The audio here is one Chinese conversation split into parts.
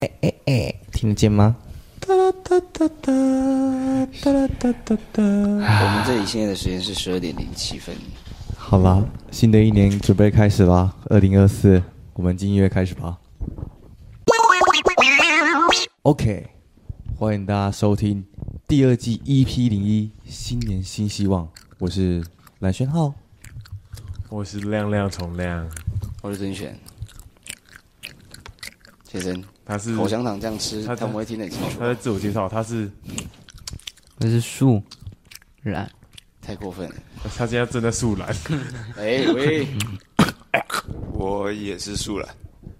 听得见吗？ 我们这里现在的时间是12:07。 好啦，新的一年准备开始啦，2024，我们进音乐开始吧。OK， 欢迎大家收听第二季 EP01新年新希望，我是蓝轩浩， 我是亮亮从亮， 我是甄选。先生， 他是口香糖这样吃，他们会听得很清楚。 他在自我介绍，我是树懒， 太过分了。 他现在正在树懒。 哎喂， 我也是树懒。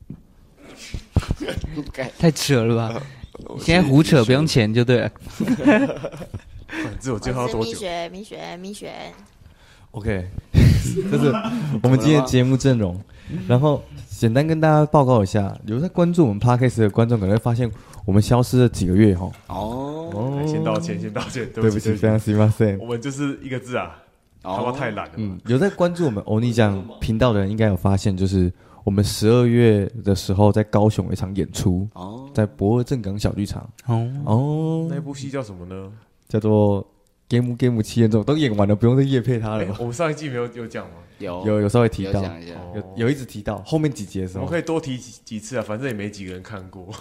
太扯了吧？现在胡扯不用钱就对了。 自我介绍多久？ 米雪。 OK， 这是我们今天的节目阵容。然后简单跟大家报告一下，有在关注我们 Podcast 的观众可能会发现，我们消失了几个月哈。 哦，先道歉， 对不起，非常すみません。 我们就是一个字啊，他妈太懒了。 有在关注我们欧尼酱频道的人，应该有发现，就是我们12月的时候在高雄有一场演出，在博尔正港小剧场。 那部戏叫什么呢？ 叫做 Game 七严重，都演完了，不用再业配它了吧？ 我们上一季有讲吗？ 有稍微提到， 讲一下， 有一直提到，后面几集的时候， 我们可以多提几次啊，反正也没几个人看过。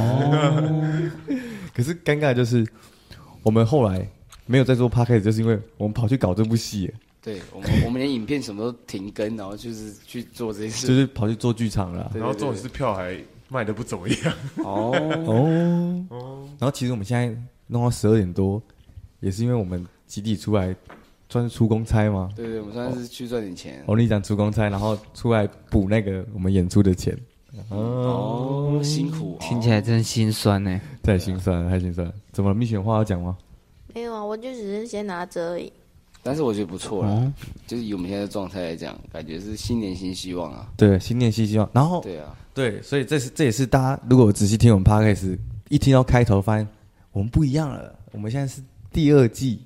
可是尴尬的就是，我们后来没有在做 podcast， 就是因为我们跑去搞这部戏。 对，我们连影片什么都停更，然后就是去做这些事， 就是跑去做剧场了。 然后重点是票还卖得不怎么样。 然后其实我们现在弄到12点多，也是因为我们集体出来。算是出公差吗？ 对，我们算是去赚点钱。 你讲出公差，然后出来补那个我们演出的钱。 辛苦， 听起来真心酸呢。 太心酸了，太心酸了。怎么了？蜜雪话要讲吗？ 没有啊，我就只是先拿着而已。 但是我觉得不错了，就是以我们现在的状态来讲，感觉是新年新希望啊。 对，新年新希望。然后对啊， 对，所以这也是大家如果仔细听我们 podcast， 一听到开头发现我们不一样了。我们现在是第二季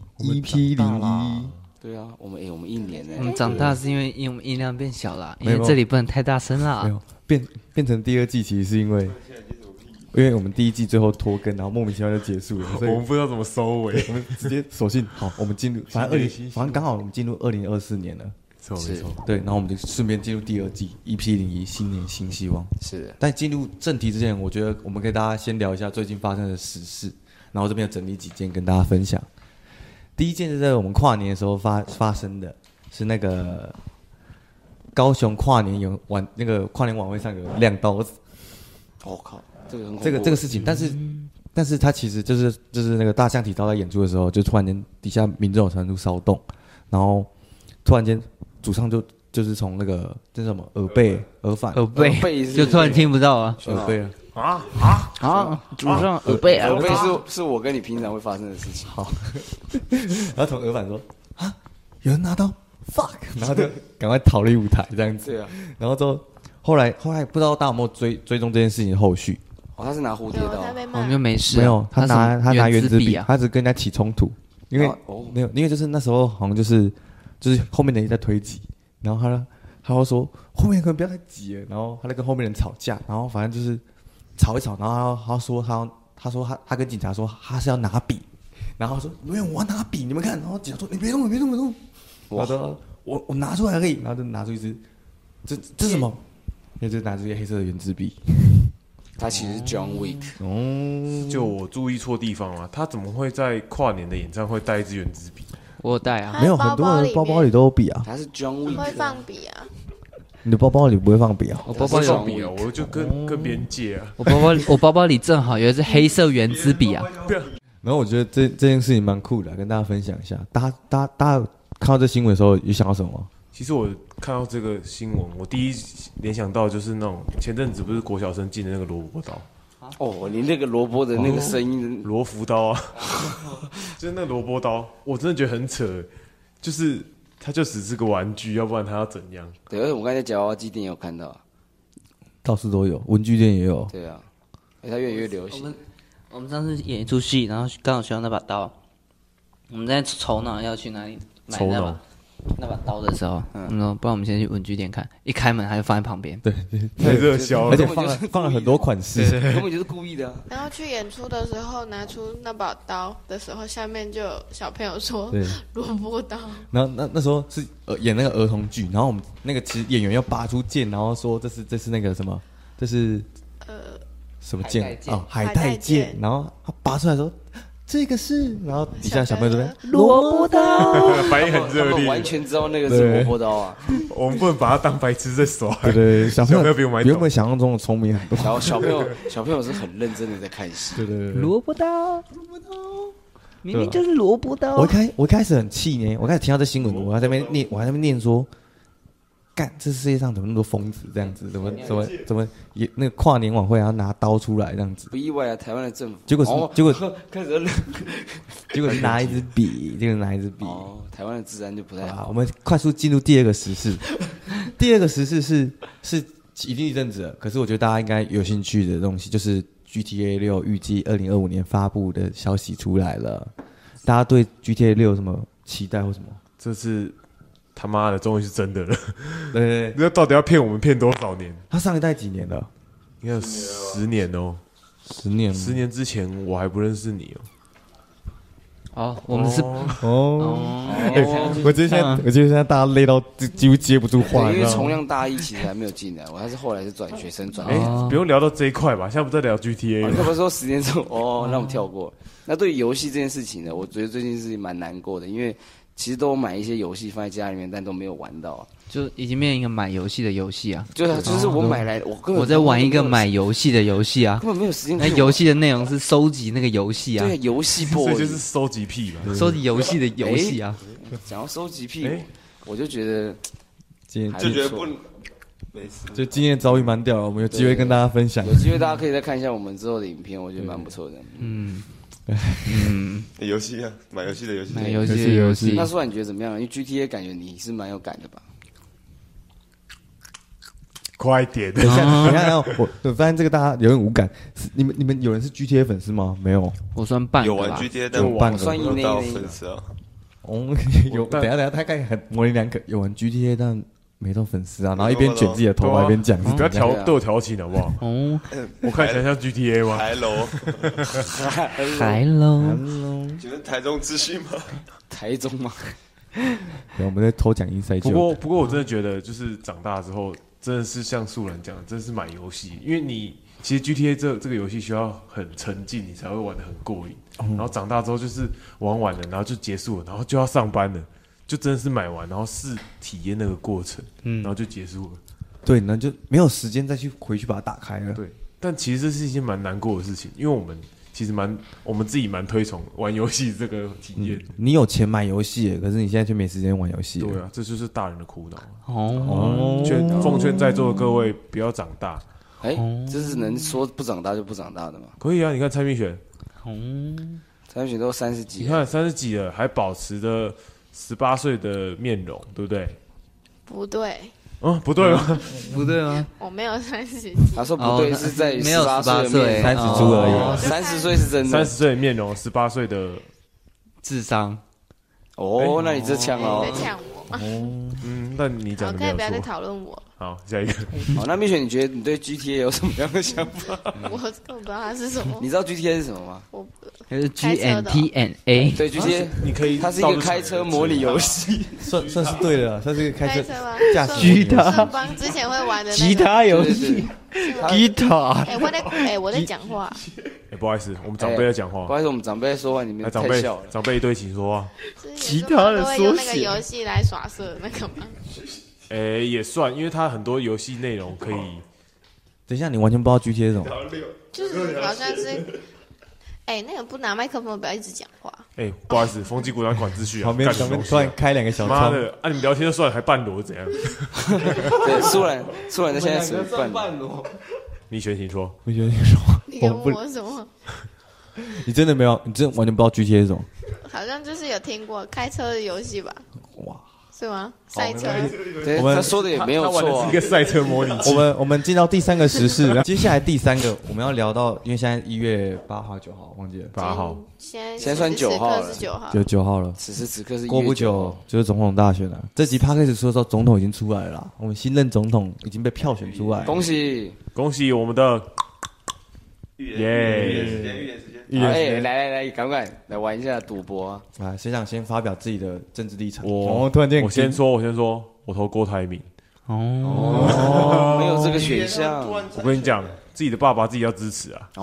EP01。 对啊，我们1年呢。 我们长大是因为我们音量变小了，因为这里不能太大声啦。 没有变成第二季，其实是因为我们第一季最后拖更，然后莫名其妙就结束了，所以我们不知道怎么收尾， 我们直接索性好，我们进入反正刚好我们进入2024年了， 没错， 对，然后我们就顺便进入第二季 EP01新年新希望。 是的， 但进入正题之前，我觉得我们跟大家先聊一下最近发生的时事，然后这边有整理几件跟大家分享。第一件是在我们跨年的时候发生的，是那个高雄跨年那个跨年晚会上有亮刀子。 我靠，这个很恐怖。 这个事情，但是他其实就是那个大象体操在演出的时候，就突然间底下民众有传出骚动，然后突然间主唱就是从那个这是什么耳返就突然听不到啊， 耳背主唱耳背是我跟你平常会发生的事情。 好，然后从耳返说啊，有人拿刀 fuck， 然后就赶快逃离舞台这样子。 对啊， 然后之后后来不知道大家有没有追踪这件事情的后续。 他是拿蝴蝶刀， 我们就没事。 没有，他拿原子笔啊， 他只跟人家起冲突，因为没有，因为就是那时候好像就是后面的人在推挤，然后他会说后面可能不要太挤了，然后他在跟后面人吵架，然后反正就是吵一吵，然后他说他跟警察说他是要拿笔，然后他说没有，我要拿笔，你们看，然后警察说你别动，我说我拿出来而已，然后就拿出一支，这是什么？那就拿出一个黑色的圆珠笔。 他其实是 John Wick。 就我注意错地方了，他怎么会在跨年的演唱会带一支圆珠笔？ 我有带啊， 没有，很多人包包里都有笔啊。 他是 John Wick， 会放笔啊。 你的包包里不会放笔啊？ 我包包里放笔啊，我就跟别人借啊。 我包包里正好有一支黑色圆珠笔啊。 然后我觉得这件事情蛮酷的，跟大家分享一下。大家看到这新闻的时候，有想到什么？ 其实我看到这个新闻，我第一联想到就是那种前阵子不是国小生进的那个萝卜刀。 你那个萝卜的那个声音， 罗浮刀啊，就是那个萝卜刀，我真的觉得很扯，就是它就只是个玩具，要不然它要怎样？ 对，而且我刚才在夹娃娃机店也有看到， 到处都有，文具店也有。 对啊，它越来越流行。 我们上次演一出戏，然后刚好需要那把刀，我们在筹脑要去哪里买那把， 那把刀的时候，说不然我们先去文具店看，一开门他就放在旁边， 对， 太热销了， 而且放了很多款式， 根本就是故意的啊。 然后去演出的时候拿出那把刀的时候，下面就有小朋友说对萝卜刀。 然后那时候是演那个儿童剧，然后我们那个其实演员要拔出剑，然后说这是那个什么，这是什么剑啊？海带剑。然后他拔出来说这个是，然后底下小朋友这边萝卜刀， 反应很热烈， 他们完全知道那个是萝卜刀啊。 我们不能把他当白痴在耍。 对，小朋友比我们还懂， 比我们想象中的聪明很多。 小朋友是很认真的在看戏。 对， 萝卜刀，明明就是萝卜刀。 我一开始很气呢，我开始听到这新闻，我还在那边念说，干，这世界上怎么那么多疯子这样子？怎么也那个跨年晚会还要拿刀出来这样子？ 不意外啊，台湾的政府结果开始结果是拿一支笔， 哦，台湾的治安就不太好。 我们快速进入第二个时事，第二个时事是已经一阵子了，可是我觉得大家应该有兴趣的东西，就是 GTA 6预计2025年发布的消息出来了。大家对 GTA 6有什么期待或什么？ 这是他妈的，终于是真的了。 对， 那到底要骗我们骗多少年？ 他上一代几年了？ 应该有10年哦。 10年 ，10年之前我还不认识你哦。 哦，我们是我觉得现在大家累到几乎接不住话， 因为重亮大一其实还没有进来，我还是后来是转学生转。 不用聊到这一块吧，现在不在聊 GTA。 要不说10年之后，那我们跳过。那对于游戏这件事情呢，我觉得最近是蛮难过的，因为其实都有买一些游戏放在家里面，但都没有玩到啊。 就已经变成一个买游戏的游戏啊！ 就是我买来，我在玩一个买游戏的游戏啊， 根本没有时间。 那游戏的内容是收集那个游戏啊， 对，游戏所以就是收集癖嘛， 收集游戏的游戏啊。 想要收集癖，我就觉得就觉得不没事。 就今天的遭遇蛮屌的，我们有机会跟大家分享。 有机会大家可以再看一下我们之后的影片，我觉得蛮不错的。 游戏啊，买游戏的游戏， 买游戏的游戏。 那说你觉得怎么样？因为 GTA 感觉你是蛮有感的吧？ 快点！ 等一下，我发现这个大家有点无感。你们有人是 GTA 粉丝吗？没有， 我算半个有玩 GTA，但我算一到粉丝啊。 有，等一下，他刚才很模棱两可，有玩 GTA 但没到粉丝啊，然后一边卷自己的头发一边讲， 你不要对我调情好不好？我看起来像 GTA 吗 ？Hello， 请问台中资讯吗？ 台中吗？ 我们在偷讲inside joke。 不过我真的觉得，就是长大之后，真的是像素然讲的，真的是买游戏，因为你其实 GTA 这个游戏需要很沉浸，你才会玩得很过瘾。然后长大之后就是玩完了，然后就结束了，然后就要上班了，就真的是买完，然后是体验那个过程，然后就结束了。 对，那就没有时间再回去把它打开了。 对，但其实这是一件蛮难过的事情，因为我们其实我们自己蛮推崇玩游戏这个体验。 你有钱买游戏，可是你现在却没时间玩游戏。 对啊，这就是大人的苦恼。奉劝在座的各位不要长大。 这是能说不长大就不长大的吗？ 可以啊，你看蔡明璇， 蔡明璇都30几， 你看30几了，还保持着18岁的面容，对不对？ 不对。 不对吗？ 不对吗？ 我没有30几。 他说不对是在于 18岁 ，30出而已。 30岁是真的， 30岁的面容，18岁的智商。 那你这呛哦， 在呛我。 那你讲的没有错。 可以不要再讨论我。 好，下一个。 好，那蜜雪，你觉得你对 GTA 有什么样的想法？ 我根本不知道它是什么。 你知道 GTA 是什么吗？ 它是 GNTNA。 对 GTA， 你可以， 它是一个开车模拟游戏， 算是对的，算是一个开车吗？ 驾驶吉他， 上班之前会玩的吉他游戏，吉他。 我在讲话。 不好意思，我们长辈在讲话。 不好意思，我们长辈在说话，你们太笑了。 长辈一堆，请说话。 吉他的缩写。 用那个游戏来耍色那个吗？ 也算，因为它很多游戏内容可以。 等一下，你完全不知道 GTA 是什么？ 就是好像是，那个不拿麦克风，不要一直讲话。 不好意思，风纪股长管秩序啊。 旁边突然开2个小窗。 妈的，你们聊天就算了，还半裸怎样？ 对，苏然在现在属于半裸。 蜜璇，请说。 蜜璇，请说。 你跟我什么？ 你真的没有？你真的完全不知道 GTA 是什么？ 好像就是有听过开车的游戏吧？ 哇， 是吗？赛车。 对， 我们他说的也没有他玩的错啊是一。个赛车模拟器。 我们进到第3个时事，然后接下来第3个我们要聊到，因为现在1月8号、9号忘记了 8号， 现在算9号了是9号。 就9号了。 此时此刻是过不久就是总统大选了。这集 podcast 说的时候，总统已经出来了啦，我们新任总统已经被票选出来了。 恭喜！ 恭喜我们的预耶！ 言时间， 哎，来，赶快来玩一下赌博啊！ 啊，谁想先发表自己的政治立场？ 我突然间我先说，我投郭台铭。 没有这个选项。 我跟你讲，自己的爸爸自己要支持啊。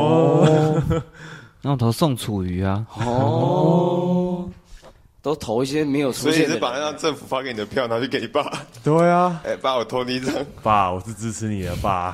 那我投宋楚瑜啊。 都投一些没有出所以现的。 你是把那张政府发给你的票拿去给你爸？ 对啊， 哎，爸，我投你一张。 爸，我是支持你的爸。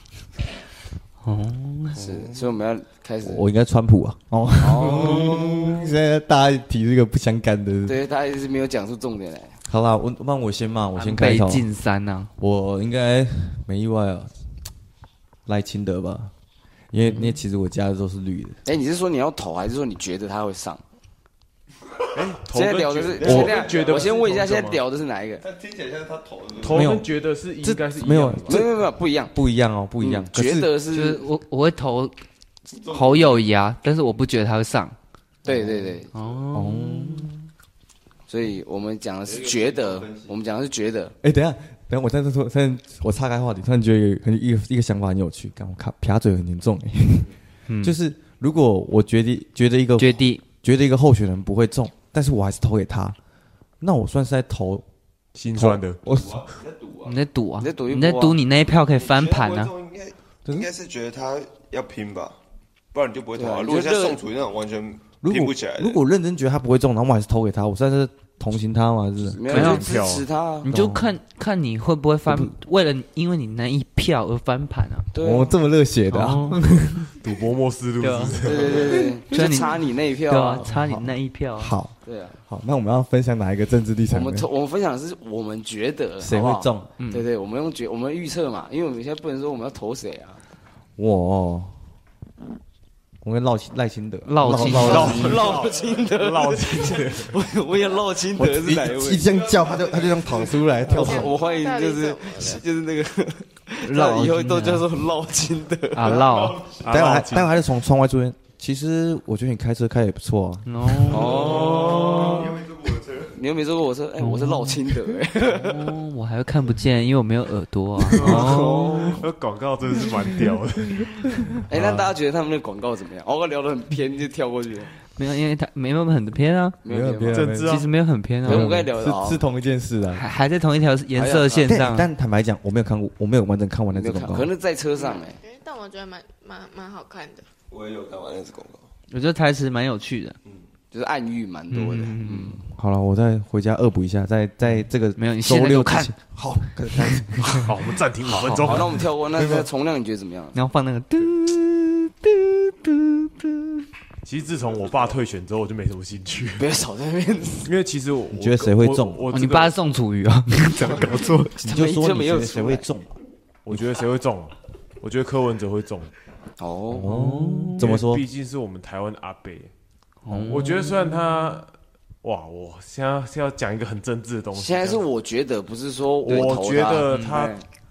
是，所以我们要开始。 我应该川普啊。现在大家提这个不相干的。 对，他一直没有讲出重点来。 好啦，我先嘛，我先开头。 北进山啊， 我应该没意外啊，赖清德吧，因为其实我家的都是绿的。 哎，你是说你要投，还是说你觉得他会上？ 投现在聊的是， 觉得我先问一下，现在聊的是哪一个？ 他听起来像是他投的。 投跟觉得是应该是没有没有不一样， 不一样哦，不一样。可是觉得就是我会投侯友宜啊，但是我不觉得他会上。 对。 哦， 所以我们讲的是觉得，我们讲的是觉得。 哎，等一下，我再说，我岔开话题，突然觉得一个想法很有趣，我看撇嘴很严重哎，就是如果我觉得一个候选人不会中，但是我还是投给他，那我算是在投心酸的。 你在赌啊？ 你在赌一波啊你在赌你那一票可以翻盘啊？ 应该是觉得他要拼吧，不然你就不会投啊。 对啊如果像宋楚瑜那种完全拼不起来的， 如果认真觉得他不会中，然后我还是投给他，我算是同情他吗？是不是？ 没有就支持他啊。 你就看你会不会翻，为了因为你那一票而翻盘啊？ 对我这么热血的啊！ 赌博末思路是不是？ 对，就差你那一票对啊，差你那一票啊。 好， 对啊， 好，那我们要分享哪一个政治立场呢？ 我们分享的是我们觉得谁会中？ 对，我们预测嘛，因为我们现在不能说我们要投谁啊。 我跟赖清德， 绕清德， 我也绕清德是哪一位？ 一这样叫他就这样跑出来跳出来。 我欢迎就是那个以后都叫做绕清德啊绕。 待会还是从窗外出现。其实我觉得你开车开得也不错啊。 你又没坐过我车，哎，我是绕清德哎。 我还会看不见，因为我没有耳朵啊。 那广告真的是蛮屌的。 哎，那大家觉得他们的广告怎么样？我聊得很偏，就跳过去了。 没有，因为他没有很偏啊， 没有偏， 政治啊其实没有很偏啊。 我们刚才聊的是同一件事啊， 还在同一条颜色线上。 但坦白讲，我没有看过，我没有完整看完那支广告。 可能在车上哎。 但我觉得蛮好看的。 我也有看完那支广告， 我觉得台词蛮有趣的。 就是暗喻蛮多的。 好了，我再回家恶补一下，在这个没有，你周六看。好，开始。 好，我们暂停5分钟。 好，那我们跳过。那重量你觉得怎么样？ 你要放那个嘟嘟嘟嘟。 其实自从我爸退选之后，我就没什么兴趣。 不要少在那边。 因为其实我觉得谁会中？ 你爸是宋楚瑜啊？ 怎么搞错？你就说你觉得谁会中？ 我觉得谁会中？我觉得柯文哲会中。 怎么说？ 毕竟是我们台湾的阿伯。我觉得虽然他，我现在是要讲一个很政治的东西。 现在是我觉得，不是说我觉得他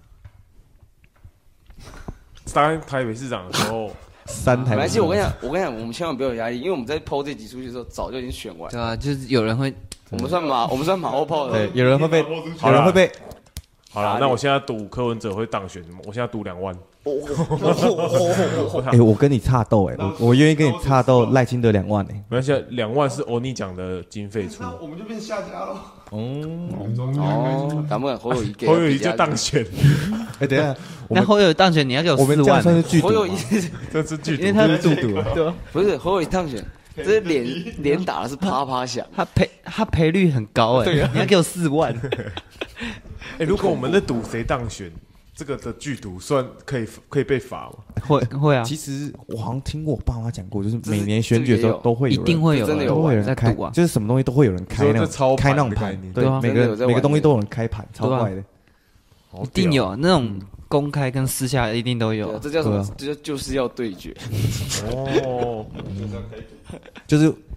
当台北市长的时候 ，3台。 没关系，我跟你讲，我们千万不要有压力，因为我们在抛这集出去的时候，早就已经选完。 对啊，就是有人会， 我们算马后炮的。 对，有人会被。 好了，那我现在赌柯文哲会当选，我现在赌2万。 我跟你差斗我愿意跟你差斗赖清德2万没关系，2万是欧尼奖的经费出， 那我们就变下家了。 敢不敢侯友宜给？ 侯友宜就当选。 等一下， 那侯友宜当选，你要给我4万。 算是剧毒。 侯友宜这是剧毒， 因为他是剧毒，对吧？ 不是侯友宜当选，这是连打的是啪啪响， 他赔率很高你要给我4万。 如果我们在赌谁当选，这个的剧毒算可以被罚吗？ 会啊。 其实我好像听过我爸妈讲过，就是每年选举的时候都会有人， 一定会有， 真的都会有人在开赌啊， 就是什么东西都会有人开那种盘，对，每个东西都有人开盘，超怪的， 一定有那种公开跟私下一定都有。 这叫什么？就是要对决。 就是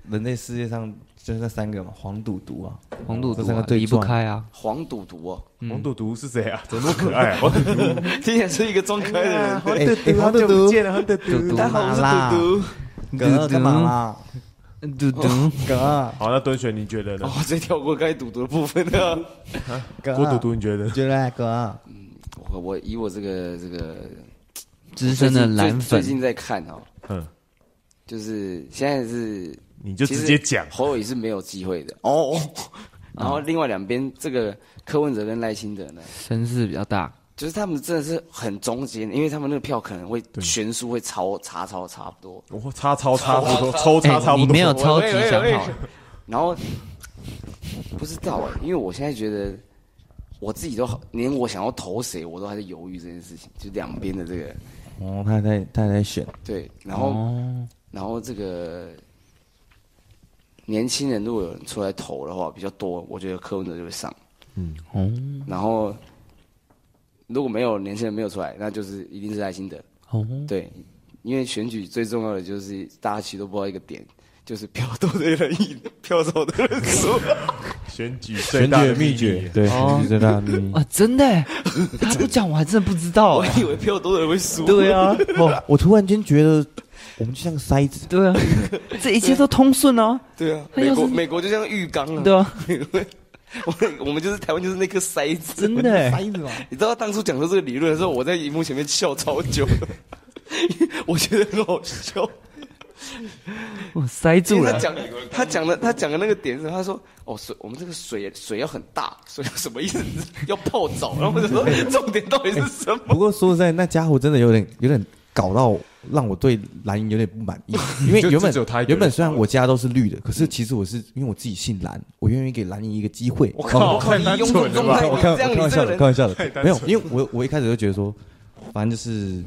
人类世界上就是那3个嘛，黄赌毒啊， 黄赌毒这三个对离不撞开啊。 黄赌毒哦， 黄赌毒是谁啊？怎么那么可爱啊？黄赌毒， 听起来是一个装可爱的人。 黄赌毒，好久不见了，黄赌毒。 大家好，我是啦赌毒。 哥干嘛啦？ 嘟嘟， 哥好，那敦玄你觉得呢？ 哦，直接跳过该赌毒的部分了。 哥， 郭赌毒你觉得？ 觉得哥， 我以我这个资深的蓝粉， 最近在看哦， 嗯， 就是现在是你就直接讲。 侯友宜是没有机会的哦。然后另外2边这个柯文哲跟赖清德呢， 声势比较大。 就是他们真的是很中间，因为他们那个票可能会悬殊会差不多。 我差不多，抽差差不多。 你没有超级想好。 然后不知道因为我现在觉得我自己都好，连我想要投谁，我都还在犹豫这件事情。就2边的这个， 哦，他在选， 对，然后这个年轻人如果有人出来投的话比较多，我觉得柯文哲就会上。然后如果没有年轻人没有出来，那就是一定是赖清德。对，因为选举最重要的就是大家其实都不知道一个点，就是票多的人赢，票少的人输。 选举的秘诀，对，选举最大的秘密啊，真的耶，他不讲我还真的不知道我。以为票多的人会输。 对啊， 我突然间觉得我们就像个筛子， 对啊，这一切都通顺啊。 对啊， 他要是美国就像浴缸啊。 对啊， 我们就是台湾就是那颗筛子， 真的耶。 筛子嘛。 你知道当初讲出这个理论的时候，我在荧幕前面笑超久的，我觉得很好笑。 我塞住了。 他讲的那个点是，他说我们这个水要很大，水什么意思？要泡澡。然后我就说重点到底是什么？ 不过说实在，那家伙真的有点搞到让我对蓝营有点不满意，因为原本虽然我家都是绿的，可是其实我是因为我自己姓蓝，我愿意给蓝营一个机会。 我靠， 太单纯了吧？ 我开玩笑的，没有，因为我一开始就觉得说，反正就是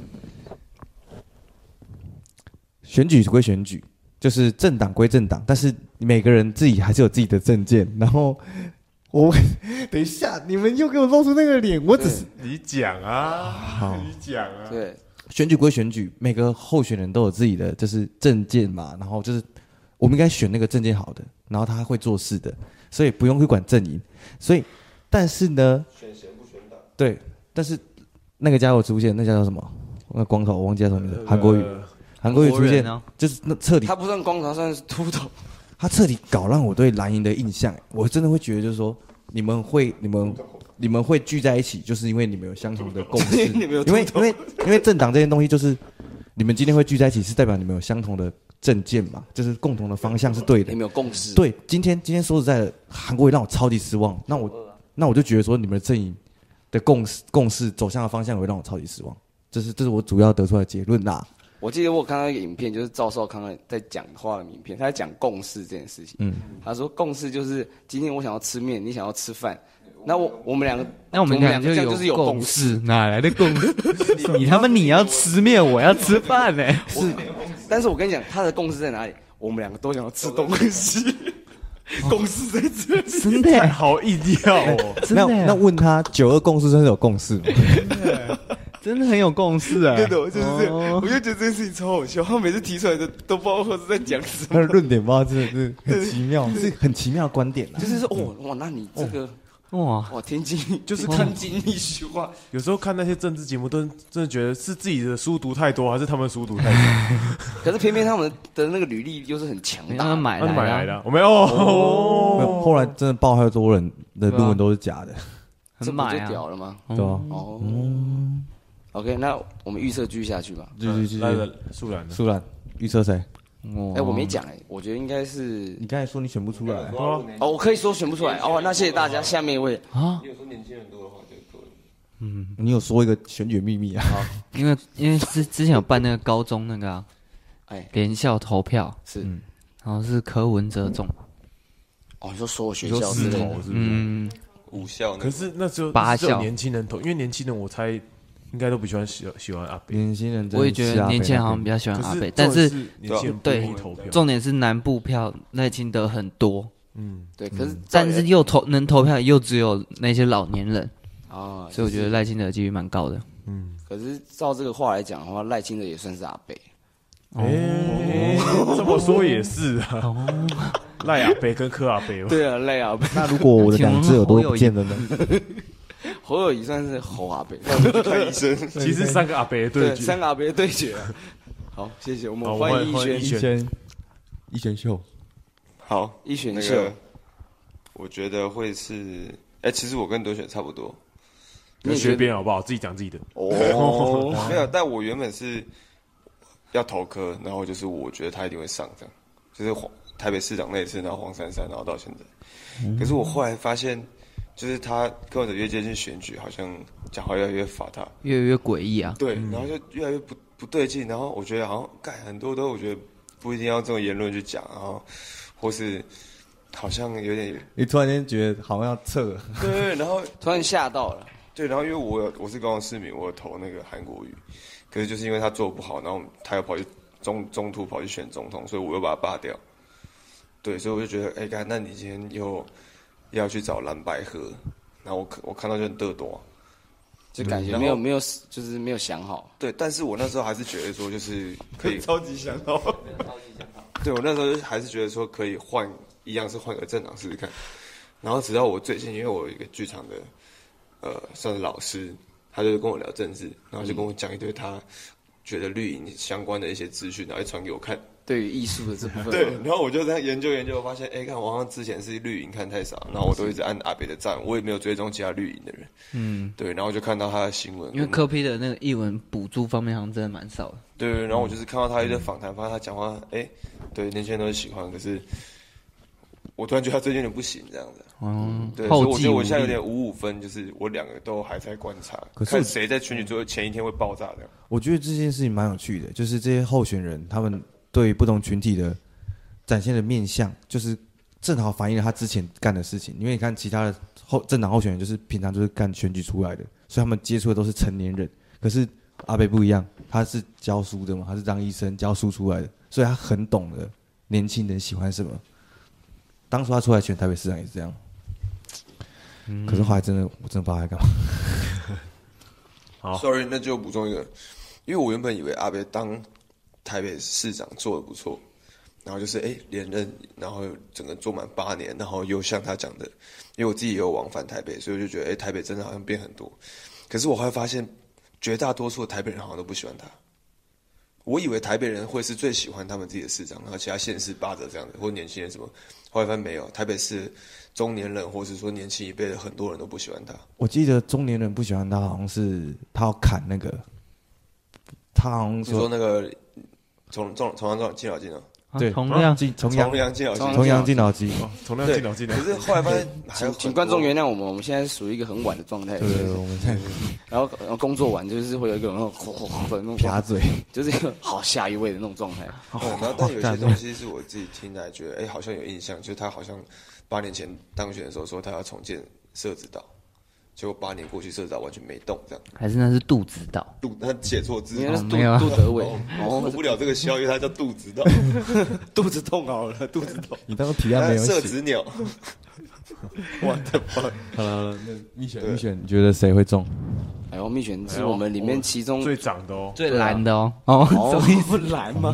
选举归选举，就是政党归政党，但是每个人自己还是有自己的政见。然后等一下，你们又给我露出那个脸，我只是你讲啊，你讲啊， 对。 选举归选举，每个候选人都有自己的就是政见嘛，然后就是我们应该选那个政见好的，然后他会做事的，所以不用去管阵营。所以，但是呢， 选贤不选党。 对，但是那个家伙出现，那叫什么？那光头我忘记叫什么名字，韩国瑜出现，就是那彻底， 他不算光头，算是秃头。 他彻底搞让我对蓝营的印象，我真的会觉得就是说，你们会聚在一起，就是因为你们有相同的共识。因为政党这件东西，就是你们今天会聚在一起，是代表你们有相同的政见嘛，就是共同的方向是对的。 你们有共识。 对，今天说实在的，韩国瑜让我超级失望。那我就觉得说，你们的阵营的共识走向的方向，会让我超级失望。这是我主要得出来的结论啦。 我记得我看到一个影片，就是赵少康在讲话的影片，他在讲共识这件事情。他说共识就是今天我想要吃面，你想要吃饭。那我们两个， 那我们两个就是有共识， 哪来的共识？你要吃面，我要吃饭呢。 是，但是我跟你讲，他的共识在哪里？我们两个都想要吃东西，共识在这里。 真的好硬要哦。 真的。 那问他92共识真的有共识吗？ 真的很有共识啊！ 真的，就是这样。我就觉得这件事情超好笑，他每次提出来的都不知道是在讲什么。 他的论点吧，真的是很奇妙，是很奇妙的观点。 就是说，哇，那你这个。哇，天津就是看尽一席话。 有时候看那些政治节目，都真的觉得是自己的书读太多，还是他们书读太多？ 可是偏偏他们的那个履历又是很强大， 他们买来的。 我没有。 后来真的爆太多人的论文都是假的， 这不就屌了吗？ 对啊。 OK， 那我们预测继续下去吧。 来素兰预测谁？ 我没讲我觉得应该是你刚才说你选不出来我可以说选不出来那谢谢大家。下面一位你有说年轻人多的话就够了。 你有说一个选举秘密啊？ 因为之前有办那个高中那个联校投票是， 然后是柯文哲中。 你说所有学校之类的， 五校。 可是那时候 8校年轻人投，因为年轻人我猜应该都不喜欢阿北。 年轻人我也觉得年轻人好像比较喜欢阿北，但是年轻人不愿意投票。 重点是南部票赖清德很多， 对，可是但是又能投票又只有那些老年人所以我觉得赖清德的几率蛮高的。 可是照这个话来讲的话，赖清德也算是阿北。 这么说也是啊。赖阿伯跟柯阿伯嘛。 对啊，赖阿伯。 那如果我的2只耳朵不见了呢？ 侯友宜算是侯阿伯， 看医生。 其实3个阿伯的对决， 3个阿伯的对决啊。好，谢谢，我们欢迎一选秀。 好， 一选秀， 我觉得会是，其实我跟德选差不多。 你学别人好不好？自己讲自己的。 没有，但我原本是要投科，然后就是我觉得他一定会上，这样就是台北市长那一次，然后黄珊珊，然后到现在。可是我后来发现，就是他柯文哲越接近选举，好像讲话越来越法他， 越来越诡异啊。 对，然后就越来越不对劲，然后我觉得好像很多都我觉得不一定要这种言论去讲，然后或是好像有点， 你突然间觉得好像要撤了， 对，然后突然吓到了。 对，然后因为我是高雄市民，我有投那个韩国瑜，可是就是因为他做不好，然后他又跑去中途跑去选总统，所以我又把他拔掉。对，所以我就觉得，那你今天又要去找蓝白合，然后我看到就很嘚多， 就感觉没有，就是没有想好。 对，但是我那时候还是觉得说，就是可以超级想好， 对，我那时候还是觉得说可以一样是换个政党试试看。然后直到我最近，因为我有一个剧场的。算是老师，他就是跟我聊政治，然后就跟我讲一堆他觉得绿营相关的一些资讯，然后传给我看。 对于艺术的这部分， 对，然后我就这样研究，我发现，看我好像之前是绿营看太少，然后我都一直按阿北的赞，我也没有追踪其他绿营的人。对，然后就看到他的新闻， 因为柯 P 的那个艺文补助方面好像真的蛮少的。 对，然后我就是看到他一堆访谈，发现他讲话，对，年轻人都是喜欢，可是我突然觉得他最近有点不行，这样子。对，所以我觉得我现在有点5-5分，就是我2个都还在观察，看谁在选举最后前一天会爆炸这样。 我觉得这件事情蛮有趣的，就是这些候选人他们对不同群体的展现的面向，就是正好反映了他之前干的事情。因为你看其他的政党候选人，就是平常就是干选举出来的，所以他们接触的都是成年人。可是阿北不一样，他是教书的嘛，他是当医生教书出来的，所以他很懂得年轻人喜欢什么。当初他出来选台北市长也是这样。可是后来我真的不知道他在干嘛。 好 ，sorry， 那就补充一个，因为我原本以为阿北当台北市长做得不错，然后就是连任，然后整个做满8年，然后又像他讲的，因为我自己也有往返台北，所以我就觉得台北真的好像变很多。可是我后来发现，绝大多数的台北人好像都不喜欢他。我以为台北人会是最喜欢他们自己的市长，然后其他县市巴着这样的，或年轻人什么，后来发现没有，台北市中年人或是说年轻一辈的很多人都不喜欢他。我记得中年人不喜欢他，好像是他要砍那个，他好像说那个重阳敬老金哦。 对， 重阳敬老金，可是后来发现， 请观众原谅我们，我们现在属于一个很晚的状态。 对，我们现在， 然后工作完就是会有一个那种那种撇嘴， 就是一个好下一位的那种状态。 然后但有些东西是我自己听来觉得，好像有印象，就是他好像8年前当选的时候说他要重建社子岛。结果8年过去，社子岛完全没动，这样。 还是那是杜子岛？ 他写错字， 那是杜德伟。 受不了这个笑，因为他叫杜子岛，肚子痛好了，肚子痛。 你当时提案没有写？ 社子鸟。我的妈！ 好了，那蜜选，你觉得谁会中？ 蜜选是我们里面其中最长的哦， 最蓝的哦。 什么意思？蓝吗？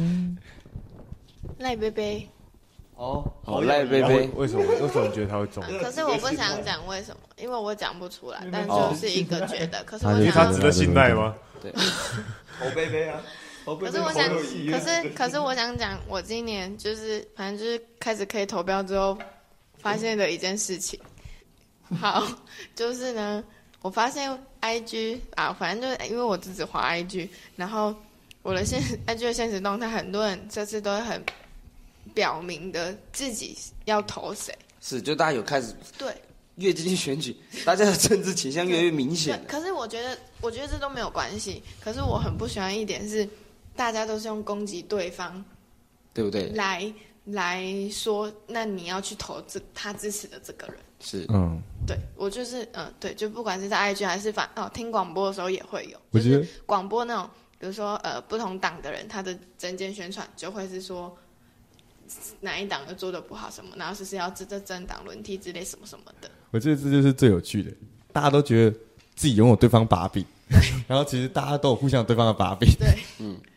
赖贝贝。 赖贝贝， 为什么你觉得他会中？ 可是我不想讲为什么，因为我讲不出来，但就是一个觉得。可是因为他值得信赖吗？ 对， 侯贝贝啊。 可是我想，可是我想讲，我今年就是反正就是开始可以投票之后，发现的一件事情。好，就是呢，我发现 IG 啊，反正就是因为我只滑 IG， 然后我的IG 的现实动态，很多人这次都会很表明的自己要投谁。 是，就大家有开始对。 越接近选举，大家的政治倾向越来越明显。 可是我觉得这都没有关系。可是我很不喜欢一点是，大家都是用攻击对方， 对不对？ 来说，那你要去投他支持的这个人。 是， 对我就是对，就不管是在 IG 还是听广播的时候也会有，就是广播那种，比如说不同党的人，他的政见宣传就会是说。哪一党又做的不好什么，然后是要这政党轮替之类什么什么的。 我觉得这就是最有趣的，大家都觉得自己拥有对方把柄，然后其实大家都有互相有对方的把柄。 对，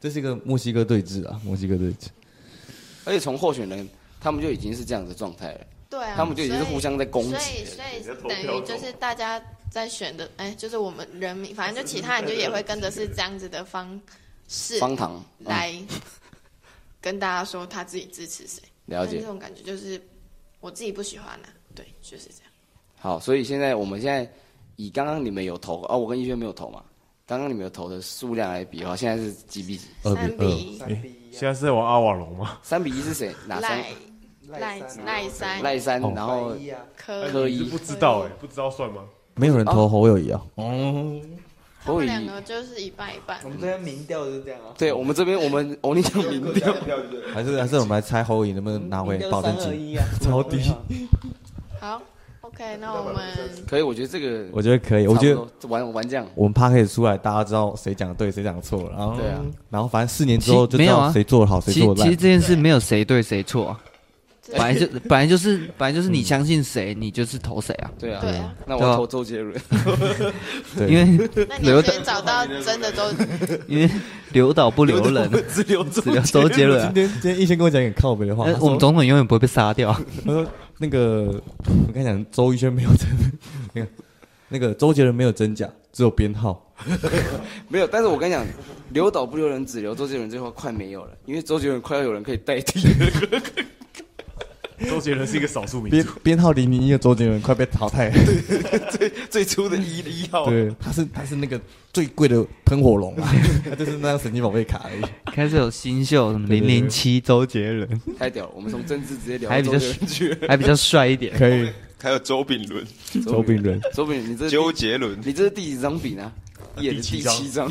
这是一个墨西哥对峙啊，墨西哥对峙。 而且从候选人他们就已经是这样的状态了。 对啊， 他们就已经是互相在攻击。 所以等于就是大家在选的，就是我们人民，反正就其他人就也会跟着是这样子的方堂来跟大家说他自己支持谁。 了解。 这种感觉就是我自己不喜欢啊，对，就是这样。 好，所以我们现在以刚刚你们有投我跟逸轩没有投嘛？刚刚你们有投的数量来比的话，现在是几比几 ？3比1。 现在是在玩阿瓦隆吗 ？3比1是谁？哪三？赖三，然后柯一不知道不知道算吗？ 没有人投侯友宜啊。 他们两个就是一半一半。 我们这边民调就是这样啊。 对，我们这边你讲民调， 还是我们来猜侯友宜能不能拿回保证金？超低。 好。OK， 那我们可以，我觉得这个， 我觉得可以，我觉得玩这样， 我们 Podcast 出来，大家知道谁讲对，谁讲错了，然后对啊， 然后反正4年之后就知道谁做得好，谁做得烂。 其实这件事没有谁对谁错啊，本来就是你相信谁，你就是投谁啊。 对啊，那我投周杰伦， 因为那你先找到真的周， 因为留岛不留人， 只留周杰伦。 今天逸轩跟我讲一点靠北的话， 我们总统永远不会被杀掉。 他说那个我跟你讲，周逸轩没有真，那个周杰伦没有真假，只有编号。 没有，但是我跟你讲，留岛不留人，只留周杰伦这句话快没有了，因为周杰伦快要有人可以代替了。 周杰伦是一个少数民族， 编号001的周杰伦快被淘汰了。 最初的1号， 对，他是那个最贵的喷火龙啊，他就是那张神奇宝贝卡而已。 开始有新秀什么007周杰伦， 太屌了！我们从政治直接聊到周杰伦去， 还比较帅一点。 可以， 还有周炳伦， 你这周杰伦， 你这是第几张饼啊？第7张。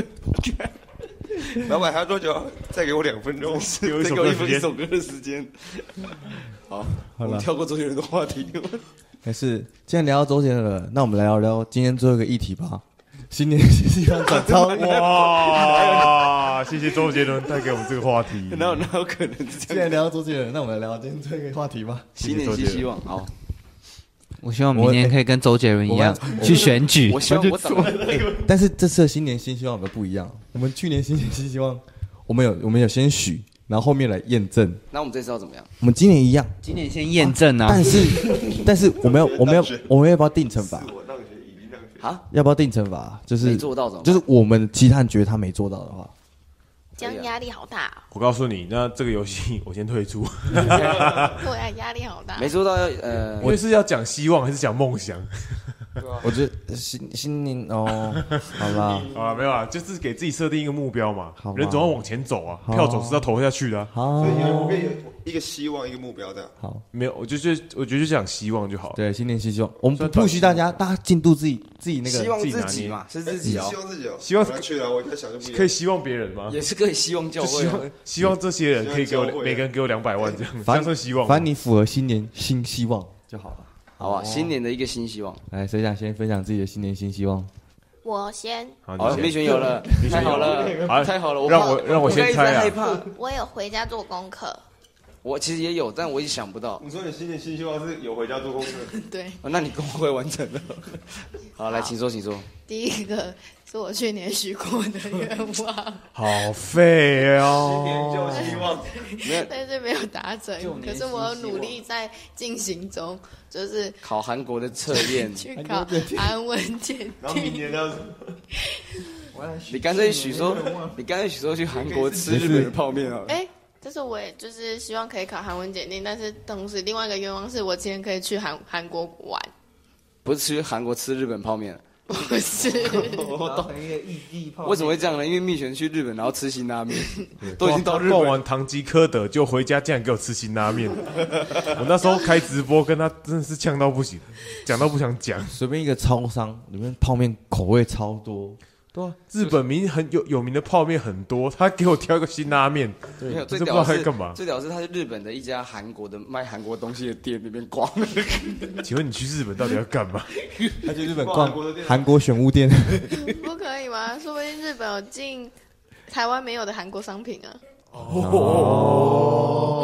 老板还要多久？再给我2分钟， 再给我一首歌的时间。好，我们跳过周杰伦的话题。 还是既然聊到周杰伦了，那我们来聊聊今天最后一个议题吧。新年新希望转超哇！谢谢周杰伦带给我们这个话题。 哪有可能？ 既然聊到周杰伦，那我们来聊今天最后一个话题吧。 新年新希望，好。 我希望明年可以跟周杰伦一样去选举。 我希望我找， 但是这次的新年新希望有个不一样。我们去年新年新希望，我们有先许，然后后面来验证。 那我们这次要怎么样？ 我们今年一样， 今年先验证啊。 但是我们要不要定惩罚？ 啊？ 要不要定惩罚？就是没做到怎么办？ 就是我们其他人觉得他没做到的话。 这样压力好大。 我告诉你，那这个游戏我先退出。 对啊，压力好大。 没说到我是要讲希望还是讲梦想？ 我觉得新年哦，好啦， 没有啊，就是给自己设定一个目标嘛。人总要往前走啊，票总是要投下去的。 好， 所以我可以有一个希望，一个目标这样。 好， 没有，我觉得就讲希望就好。 对，新年新希望，我们不需大家进度自己那个希望自己嘛，是自己哦。 希望自己哦， 希望去了，我在想就不可以希望别人吗？ 也是可以希望教会， 希望这些人可以给我每个人给我200万这样，这样算希望。 反正你符合新年新希望就好了。 好吧，新年的一个新希望。 来，谁想先分享自己的新年新希望？ 我先。 好，蜜璇有了，太好了，太好了。 让我先猜啊。 害怕。 我有回家做功课。 我其实也有，但我也想不到。 你说你新年新希望是有回家做功课？ 对。 那你功课会完成了。好，来，请说。 第一个是我去年许过的愿望。 好废哦。 新年就希望， 但是没有达成。可是我有努力在进行中，就是考韩国的测验， 去考韩文检定。 然后明年要。 你干脆许说去韩国吃日本的泡面啊？ 但是我也就是希望可以考韩文检定，但是同时另外一个愿望是我今天可以去韩国玩， 不是去韩国吃日本泡面， 不是。 我懂一个异地泡面。 为什么会这样呢？因为蜜璇去日本然后吃辛拉面，都已经到日本逛完唐吉诃德就回家，竟然给我吃辛拉面。我那时候开直播跟他真的是呛到不行，讲到不想讲。 随便一个超商里面泡面口味超多。 对啊，日本很有名的泡面很多，他给我挑一个辛拉面， 没有， 不知道他在干嘛。 最屌是他去日本的一家卖韩国东西的店里面逛。 请问你去日本到底要干嘛？ 他去日本逛韩国选物店。 不可以吗？说不定日本有进台湾没有的韩国商品啊。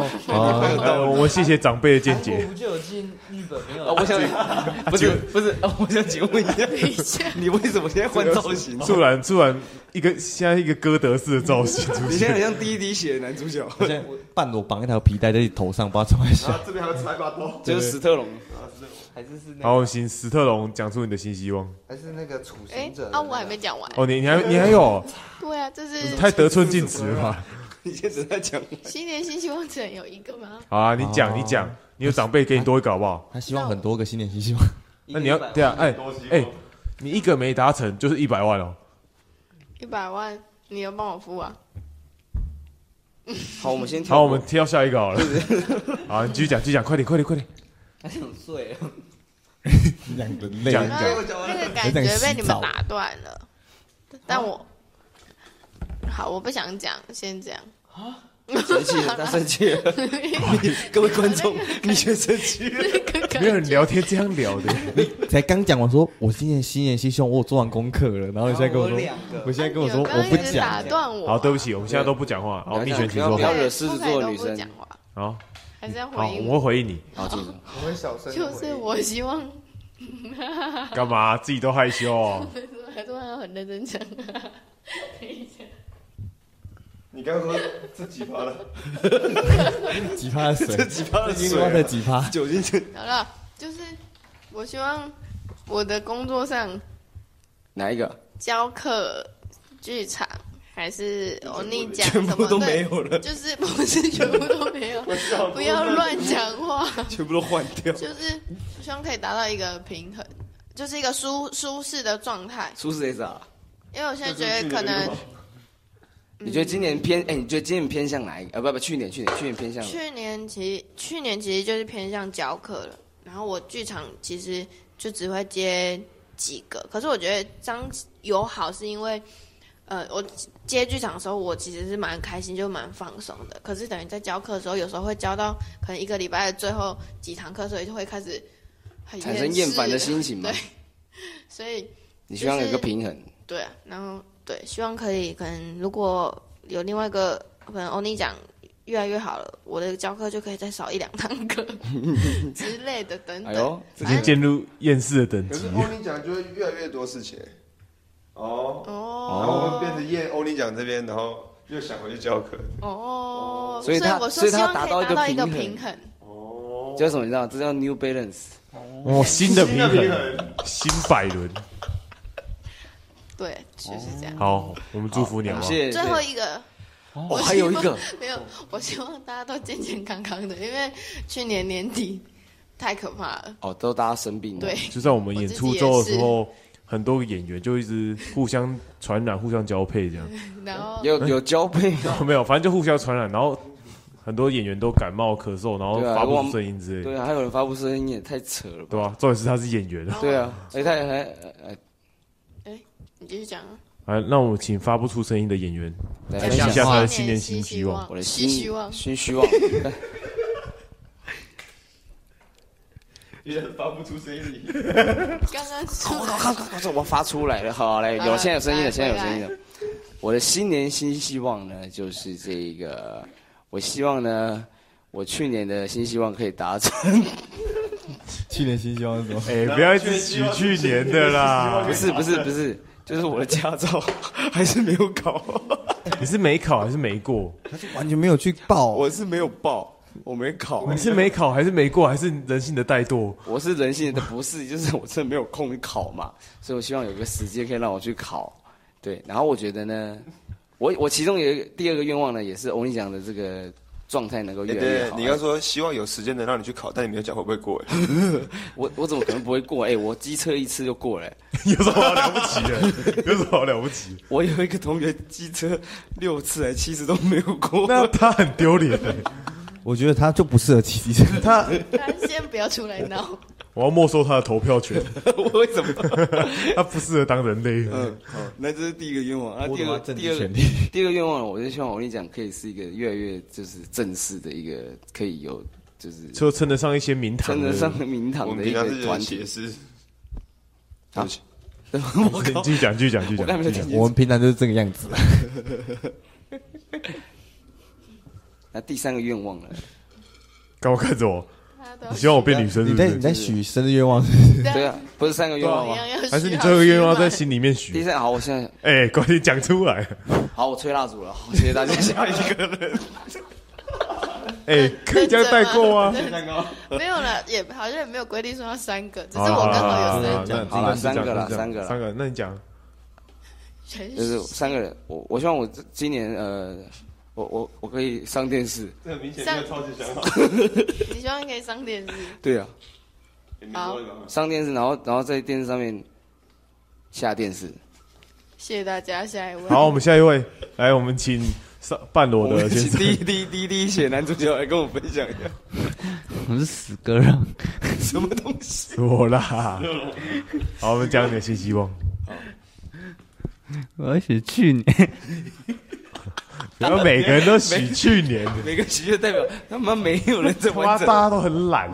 我们谢谢长辈的见解。 我不就有进日本没有？ 我想不是，我想请问一下，你为什么现在换造型？ 突然现在一个哥德式的造型出现， 你现在很像第一滴血的男主角。 现在半裸绑一条皮带在头上，不知道怎么下。 这边还要插一把刀， 就是史特龙。 还是那个？ 好，请史特龙讲出你的新希望。 还是那个处刑者？ 我还没讲完。 哦，你还有？ 对啊，这是太得寸进尺了吧？ 你现在只在讲新年新希望只能有一个吗？ 好啊，你讲，你有长辈给你多一个好不好？ 他希望很多个新年新希望。 那你要对啊，你一个没达成就是100万哦。 100万，你要帮我付啊？ 好，我们先好，我们跳下一个好了。好，你继续讲，快点。 还想睡啊？ 两个累， 讲那个感觉被你们打断了，但我不想讲，先这样。 生气了，他生气了。各位观众，你先生气了。 没有人聊天这样聊的。 你才刚讲完说，我新年希望我有做完功课了，然后你现在跟我说，我现在跟我说我不讲， 打断我。 好，对不起，我们现在都不讲话。好，蜜璇请说。 不要惹狮子座的女生。 好， 还是要回应。 好，我会回应你。 好，记住。 我会小声。 就是我希望。 干嘛？自己都害羞哦。 还突然很认真讲。 你刚刚说这几趴了？ 几趴的水？ 这几趴的水？ 花的几趴？ 酒精去。 好了，就是我希望我的工作上哪一个？ 教课、剧场还是欧尼讲全部都没有了。 就是不是全部都没有？不要乱讲话。 全部都换掉。 就是希望可以达到一个平衡，就是一个舒适的状态。 舒适是啥？ 因为我现在觉得可能。 你觉得今年偏？你觉得今年偏向哪一个？不，去年偏向。去年其实就是偏向教课了。然后我剧场其实就只会接几个，可是我觉得这样有好是因为，我接剧场的时候我其实是蛮开心，就蛮放松的。可是等于在教课的时候，有时候会教到可能一个礼拜的最后几堂课，所以就会开始产生厌烦的心情嘛。 对，所以你希望有一个平衡。 对啊，然后。对，希望可能如果有另外一个可能欧尼奖越来越好了，我的教课就可以再少1-2堂课之类的等等。 哎呦， 已经进入厌世的等级。 可是欧尼奖就会越来越多事情。然后我们变成厌欧尼奖这边，然后又想回去教课。 所以他达到一个平衡。 叫什么？你知道？这叫 New Balance。 新的平衡，新百伦。 对，就是这样。 好，我们祝福你好不好？ 最后一个， 还有一个没有。我希望大家都健健康康的，因为去年年底太可怕了。 都大家生病了。 对， 就在我们演出周的时候，很多演员就一直互相传染、互相交配这样。 然后有交配没有？反正就互相传染，然后很多演员都感冒、咳嗽，然后发不出声音之类的。 对啊，还有人发不出声音，也太扯了吧？ 对啊，重点是他是演员。 对啊， 你继续讲啊！那我请发不出声音的演员来分享一下他的新年新希望。 我的新希望， 新希望。 原来发不出声音。 刚刚说我发出来了，好嘞，现在有声音了，现在有声音了。我的新年新希望呢，就是这个，我希望呢，我去年的新希望可以达成。 去年新希望是什么？ 不要一直许去年的啦。 不是，就是我的驾照还是没有考。 你是没考还是没过？ 他是完全没有去报。 我是没有报，我没考。 你是没考还是没过，还是人性的怠惰？ 我是人性的，不是，就是我真的没有空考嘛，所以我希望有个时间可以让我去考。对，然后我觉得呢，我其中有一个第二个愿望呢，也是欧尼讲的这个状态能够越来越好。 你刚说希望有时间能让你去考，但你没有讲会不会过。 我怎么可能不会过？我机测1次就过了。 有什么好了不起的？有什么好了不起？ 我有一个同学机测6次还7次都没有过， 那他很丢脸。 我觉得他就不适合骑机车。 他先不要出来闹。 我要没收他的投票权。 为什么？ 他不适合当人类。 好，那这是第一个愿望。 第二个愿望，我就希望我跟你讲，可以是一个越来越就是正式的一个，可以有就称得上一些名堂， 称得上名堂的一个团体。 好， 我靠！ 继续讲。 我们平常就是这个样子。 那第3个愿望呢？ 干嘛看着我？你希望我变女生是不是？ 你在许生日愿望是不是？ 对啊，不是3个愿望吗？ 还是你最后一个愿望在心里面许？ 第3，好，我现在快点讲出来。 好，我吹蜡烛了，好，谢谢大家。下一个人， 可以这样带过吗？ 没有了，也好像也没有规定说要3个，只是我刚好有3个。 好了，3个， 那你讲。 就是3个人，我希望我今年我可以上电视。 这很明显，这个超级想好。 你希望可以上电视？ 对啊。 好， 上电视，然后在电视上面下电视。 谢谢大家，下一位。 好，我们下一位，来，我们请半裸的先生。 第一写男主角来跟我分享一下。 我是死哥让， 什么东西？ 我啦。好，我们讲你的新希望。 我要写去年。 然后每个人都许去年， 每个许就代表他妈没有人在完成， 大家都很懒。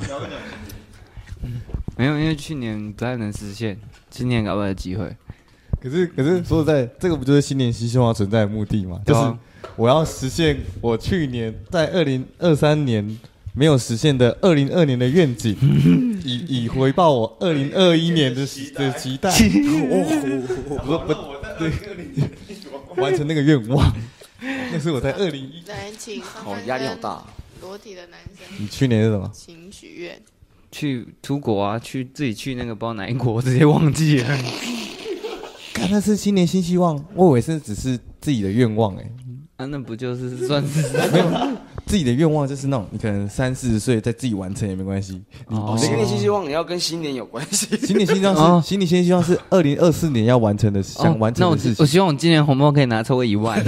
没有，因为去年不太能实现，今年搞不好有机会。 可是说实在，这个不就是新年新希望存在的目的吗？就是我要实现我去年在2023年没有实现的2022年的愿景，以回报我2021年的期待。我说不对，完成那个愿望。那是我在2021。 来，请压力好大。 裸体的男生。 你去年是什么？ 请许愿。 去出国啊，自己去那个不知道哪一国，直接忘记了。 看那是新年新希望，我以为是只是自己的愿望那不就是算是没有自己的愿望，就是那种你可能30-40岁再自己完成也没关系。 新年新希望你要跟新年有关系。 新年新希望是2024年要完成的想完成的事情。 我希望我今年红包可以拿超过1万。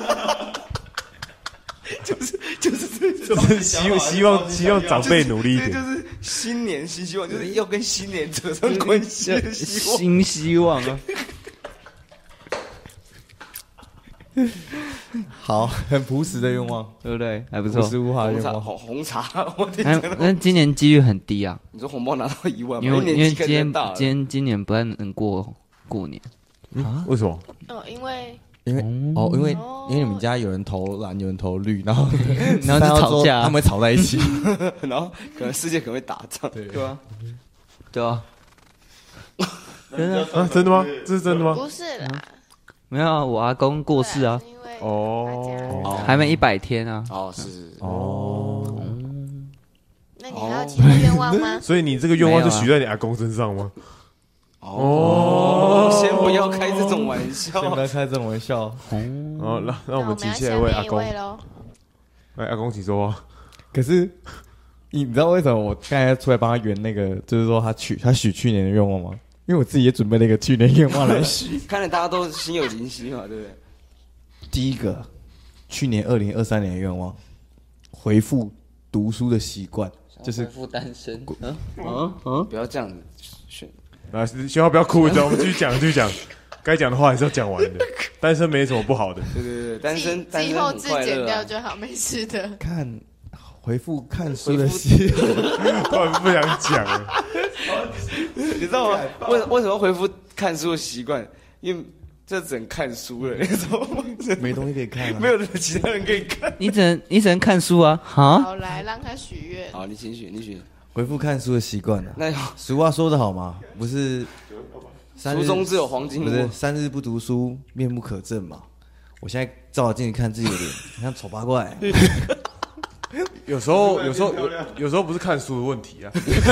就是希望长辈努力一点。 这就是新年新希望，就是要跟新年扯上关系的希望。 新希望啊！ 好，很朴实的愿望， 对不对？还不错， 朴实无华的愿望。 红茶，我那今年几率很低啊。 你说红包拿到1万， 因为今年不太能过年啊？为什么？ 因为你们家有人投蓝，有人投绿，然后就吵架， 他们会吵在一起， 然后可能世界可能会打仗， 对啊， 真的吗？这是真的吗？ 不是啦， 没有啊，我阿公过世啊，还没100天啊， 那你还有其他愿望吗？ 所以你这个愿望就许在你阿公身上吗？ 先不要开这种玩笑， 那我们请下一位阿公。来，阿公请说话。 可是你知道为什么我刚才出来帮他圆那个，就是说他许去年的愿望吗？因为我自己也准备了一个去年愿望来许。 看来大家都心有灵犀嘛，对不对？ 第一个，去年2023年的愿望，恢复读书的习惯，就是恢复单身。 不要这样子选。 希望不要哭，你知道我们继续讲，该讲的话还是要讲完的。单身没什么不好的。 对，单身最后字剪掉就好，没事的。 回复看书的习惯， 突然不想讲了。 你知道吗？为什么回复看书的习惯？因为这只能看书了，你知道吗？ 没东西可以看没有其他人可以看。 你只能看书啊！ 好，来让他许愿。 好，你请许。 回复看书的习惯啊。那俗话说得好嘛，不是书中自有黄金屋， 不是3日不读书，面目可憎嘛。我现在照镜子看自己的脸，像丑八怪。 有时候不是看书的问题啊，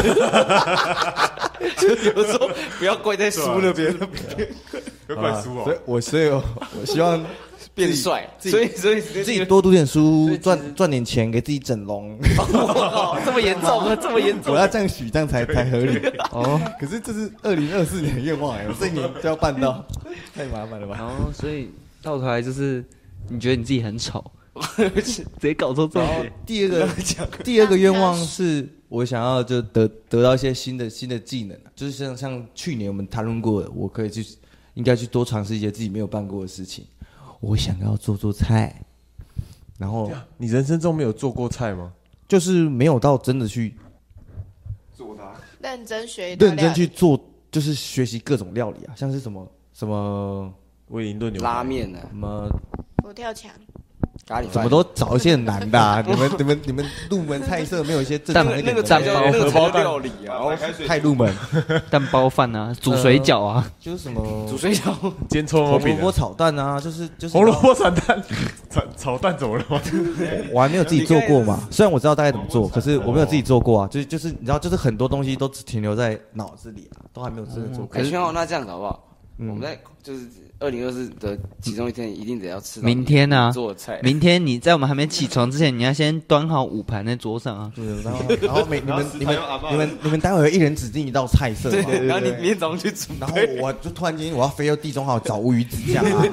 就有时候不要怪在书那边， 不要怪书哦。 所以我希望变帅，所以自己多读点书，赚点钱，给自己整容。 这么严重啊！这么严重！ 我要这样许，这样才合理。可是这是2024年的愿望我这一年就要办到，太麻烦了吧？ 所以到头来就是你觉得你自己很丑。直接搞错重点。 第二个愿望是我想要就得到一些新的技能，就是像去年我们谈论过的，我可以应该去多尝试一些自己没有办过的事情。我想要做菜，然后你人生中没有做过菜吗？ 就是没有到真的去做它， 认真去做，就是学习各种料理啊，像是什么威灵顿牛拉面啊， 什么佛跳墙。 咖喱饭怎么都找一些很难的、啊？你们入门菜色没有一些正常一点的？ 那个蛋包荷包料理啊， 太入门。 蛋包饭啊，煮水饺啊， 就是什么煮水饺、 煎葱红萝卜炒蛋啊，就是红萝卜炒蛋，炒蛋怎么了吗？ 我还没有自己做过嘛，虽然我知道大概怎么做，可是我没有自己做过啊。就是你知道，就是很多东西都只停留在脑子里啊，都还没有真的做过。 宣浩，那这样子好不好？我们在就是2024的其中一天一定得要吃到明天啊做的菜。 明天你在我们还没起床之前，你要先端好5盘在桌上啊。 对，然后你们待会一人指定一道菜色嘛， 对，然后你明天早上去煮， 然后我就突然间我要飞到地中海找乌鱼子酱啊，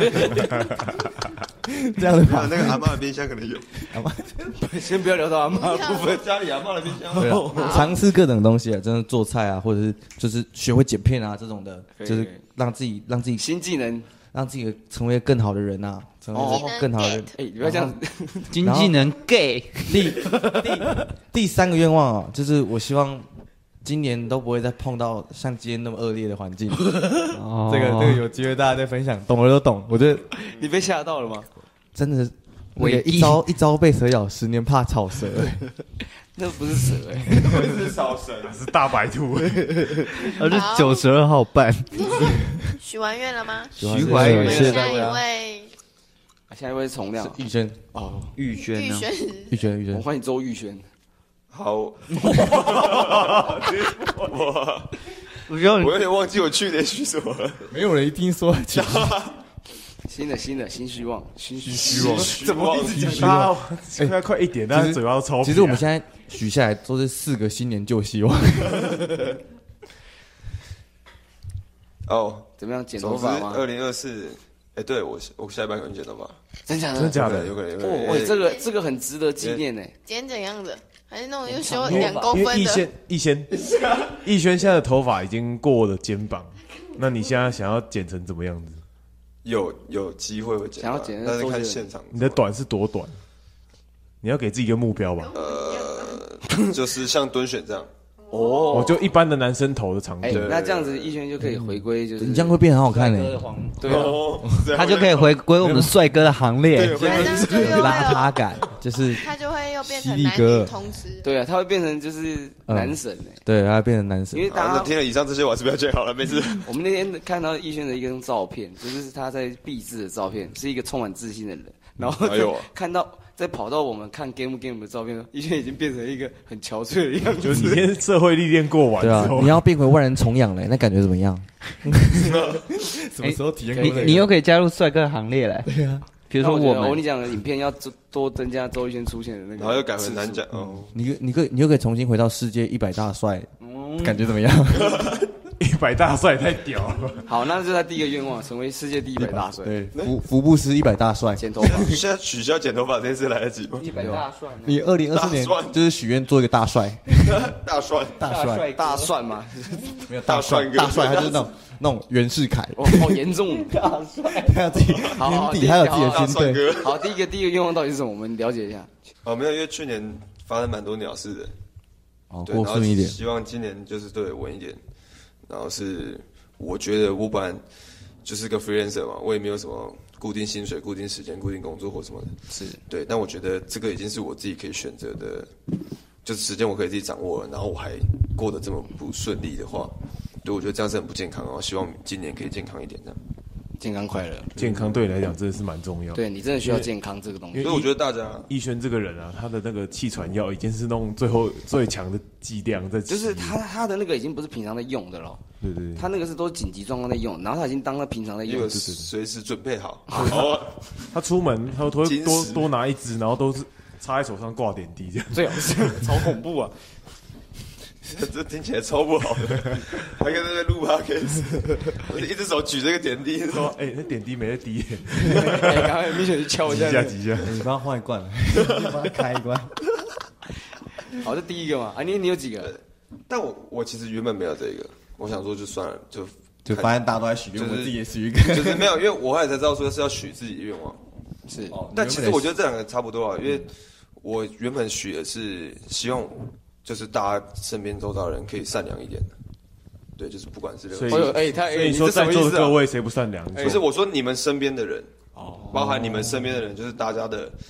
这样的话， 那个阿嬷的冰箱可能有。 阿嬷， 先不要聊到阿嬷部分， 家里阿嬷的冰箱。 对啊，尝试各种东西啊，真的做菜啊，或者是就是学会剪片啊这种的，就是让自己新技能。 让自己成为更好的人呐，成为更好的人。 哎，你不要这样子。 经纪人 gay。 第3个愿望啊，就是我希望今年都不会再碰到像今天那么恶劣的环境。这个有机会大家再分享，懂了都懂。我觉得你被吓到了吗？ 真的，我一朝被蛇咬，10年怕草蛇。 那不是蛇不是草蛇， 是大白兔。 而是92号半。 许完愿了吗？ 许完愿， 下一位。 下一位是从亮， 玉轩哦， 玉轩， 玉轩， 我欢迎周玉轩。 好， 我有点忘记我去年许什么了。 没有人一定说起。 新希望，新希望， 怎么一直讲他？现在快1点，但是嘴巴都超。 其实我们现在许下来都是4个新年旧希望。 哦， 怎么样？剪头发吗 ？2024，对我下一班可能剪头发。 真假的？ 有可能。 哦，这个很值得纪念呢。 剪怎样的？还是那种又修2公分的？ 逸轩现在的头发已经过我的肩膀，那你现在想要剪成怎么样子？ 有机会会剪， 想要剪， 但是看现场。 你的短是多短？你要给自己一个目标吧。 就是像蹲选这样。 哦，就一般的男生头的长度。 那这样子逸轩就可以回归，就是你这样会变很好看嘞。 对， 他就可以回归我们帅哥的行列， 有邋遢感，就是他就会又变成男女通吃。 对啊，他会变成就是男神哎。 对，他会变成男神。 因为大家听了以上这些，我还是不要剪好了，没事。 我们那天看到逸轩的一张照片，就是他在毕制的照片，是一个充满自信的人，然后看到。再跑到我们看 game 的照片，逸轩已经变成一个很憔悴的样子。 就是你先社会历练过完之后， 对啊，你要变回万人崇仰嘞，那感觉怎么样？什么时候体验过？ 你又可以加入帅哥的行列嘞。 对啊， 比如说我们， 你讲的影片要多增加周逸轩出现的那个， 然后又改回男讲哦。 你又可以重新回到世界100大帅，感觉怎么样 ？100大帅太屌了。 好，那就是他第一个愿望，成为世界第100大帅。 对，福布斯100大帅。 剪头发， 现在取消剪头发这件事来得及吗 ？100大帅。 你2024年就是许愿做一个大帅。 大帅吗？ 没有大帅，他就是那种袁世凯。 好严重， 大帅。他自己年底还有自己的军队。 好，第一个愿望到底是什么？我们了解一下。 没有，因为去年发生蛮多鸟事的。 过顺一点。 希望今年就是稳一点。然后是，我觉得我本来就是个 freelancer 嘛，我也没有什么固定薪水、固定时间、固定工作或什么的。 是对，但我觉得这个已经是我自己可以选择的，就是时间我可以自己掌握了，然后我还过得这么不顺利的话，对，我觉得这样是很不健康。然后希望今年可以健康一点，这样。 健康快乐， 健康对你来讲真的是蛮重要。 对你真的需要健康这个东西。 所以我觉得大家逸轩这个人啊，他的那个气喘药已经是弄最强的剂量在吃， 就是他的那个已经不是平常在用的了。 对， 他那个是都紧急状况在用，然后他已经当了平常在用， 随时准备好。 他出门他会多拿一支，然后都是插在手上挂点滴这样。 最好是超恐怖啊！ 这听起来超不好的，还跟那边录 podcast， 一只手举这个点滴，说：“ 那点滴没得滴。” 赶快明显去敲一下， 挤一下， 你帮他换一罐，你帮他开一罐。 好，这第一个嘛，你有几个？ 但我其实原本没有这个，我想说就算了， 就发现大家都在许愿，我自己也许一个， 就是没有，因为我后来才知道说是要许自己的愿望， 是。 但其实我觉得这两个差不多啊，因为我原本许的是希望。就是大家身边周遭的人可以善良一点的，对，就是不管是所以你说在座的各位谁不善良？ 不是我说你们身边的人，包含你们身边的人，就是大家的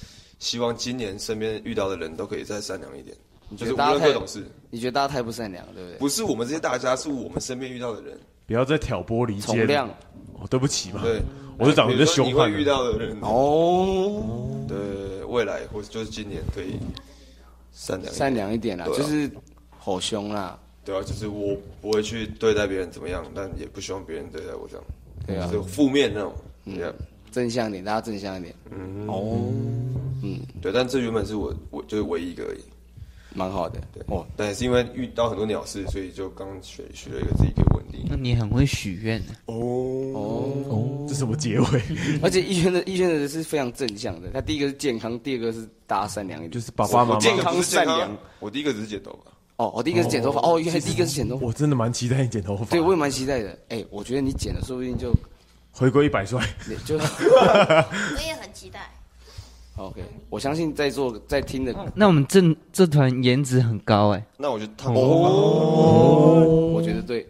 希望今年身边遇到的人都可以再善良一点，就是无大家太论各种事。 你觉得大家太不善良，对不对？ 不是我们这些大家，是我们身边遇到的人。 不要再挑拨离间。 重量。 哦，对不起嘛。 对， 我是长得比较凶悍。 你会遇到的人对，未来或者就是今年可以善良一点啦，就是吼凶啦。 对啊，就是我不会去对待别人怎么样，但也不希望别人对待我这样。 对啊， 就负面那种。 正向一点，大家正向一点。 对，但这原本是我就是唯一一个而已。 蛮好的， 对哦，但也是因为遇到很多鸟事，所以就刚许了一个自己可以稳定。 那你很会许愿这什么结尾？ 而且逸轩的是非常正向的，他第一个是健康，第二个是大家善良一点， 就是爸爸妈妈健康善良。 我第一个只是剪头发。 我第一个是剪头发。原来第一个是剪头发。 我真的蛮期待你剪头发。 对，我也蛮期待的。我觉得你剪了，说不定就回归100岁。 我也很期待。 OK， 我相信在听的， 那我们这团颜值很高那我就烫我觉得对。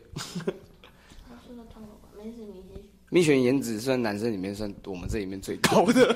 蜜璇颜值算男生里面算我们这里面最高的。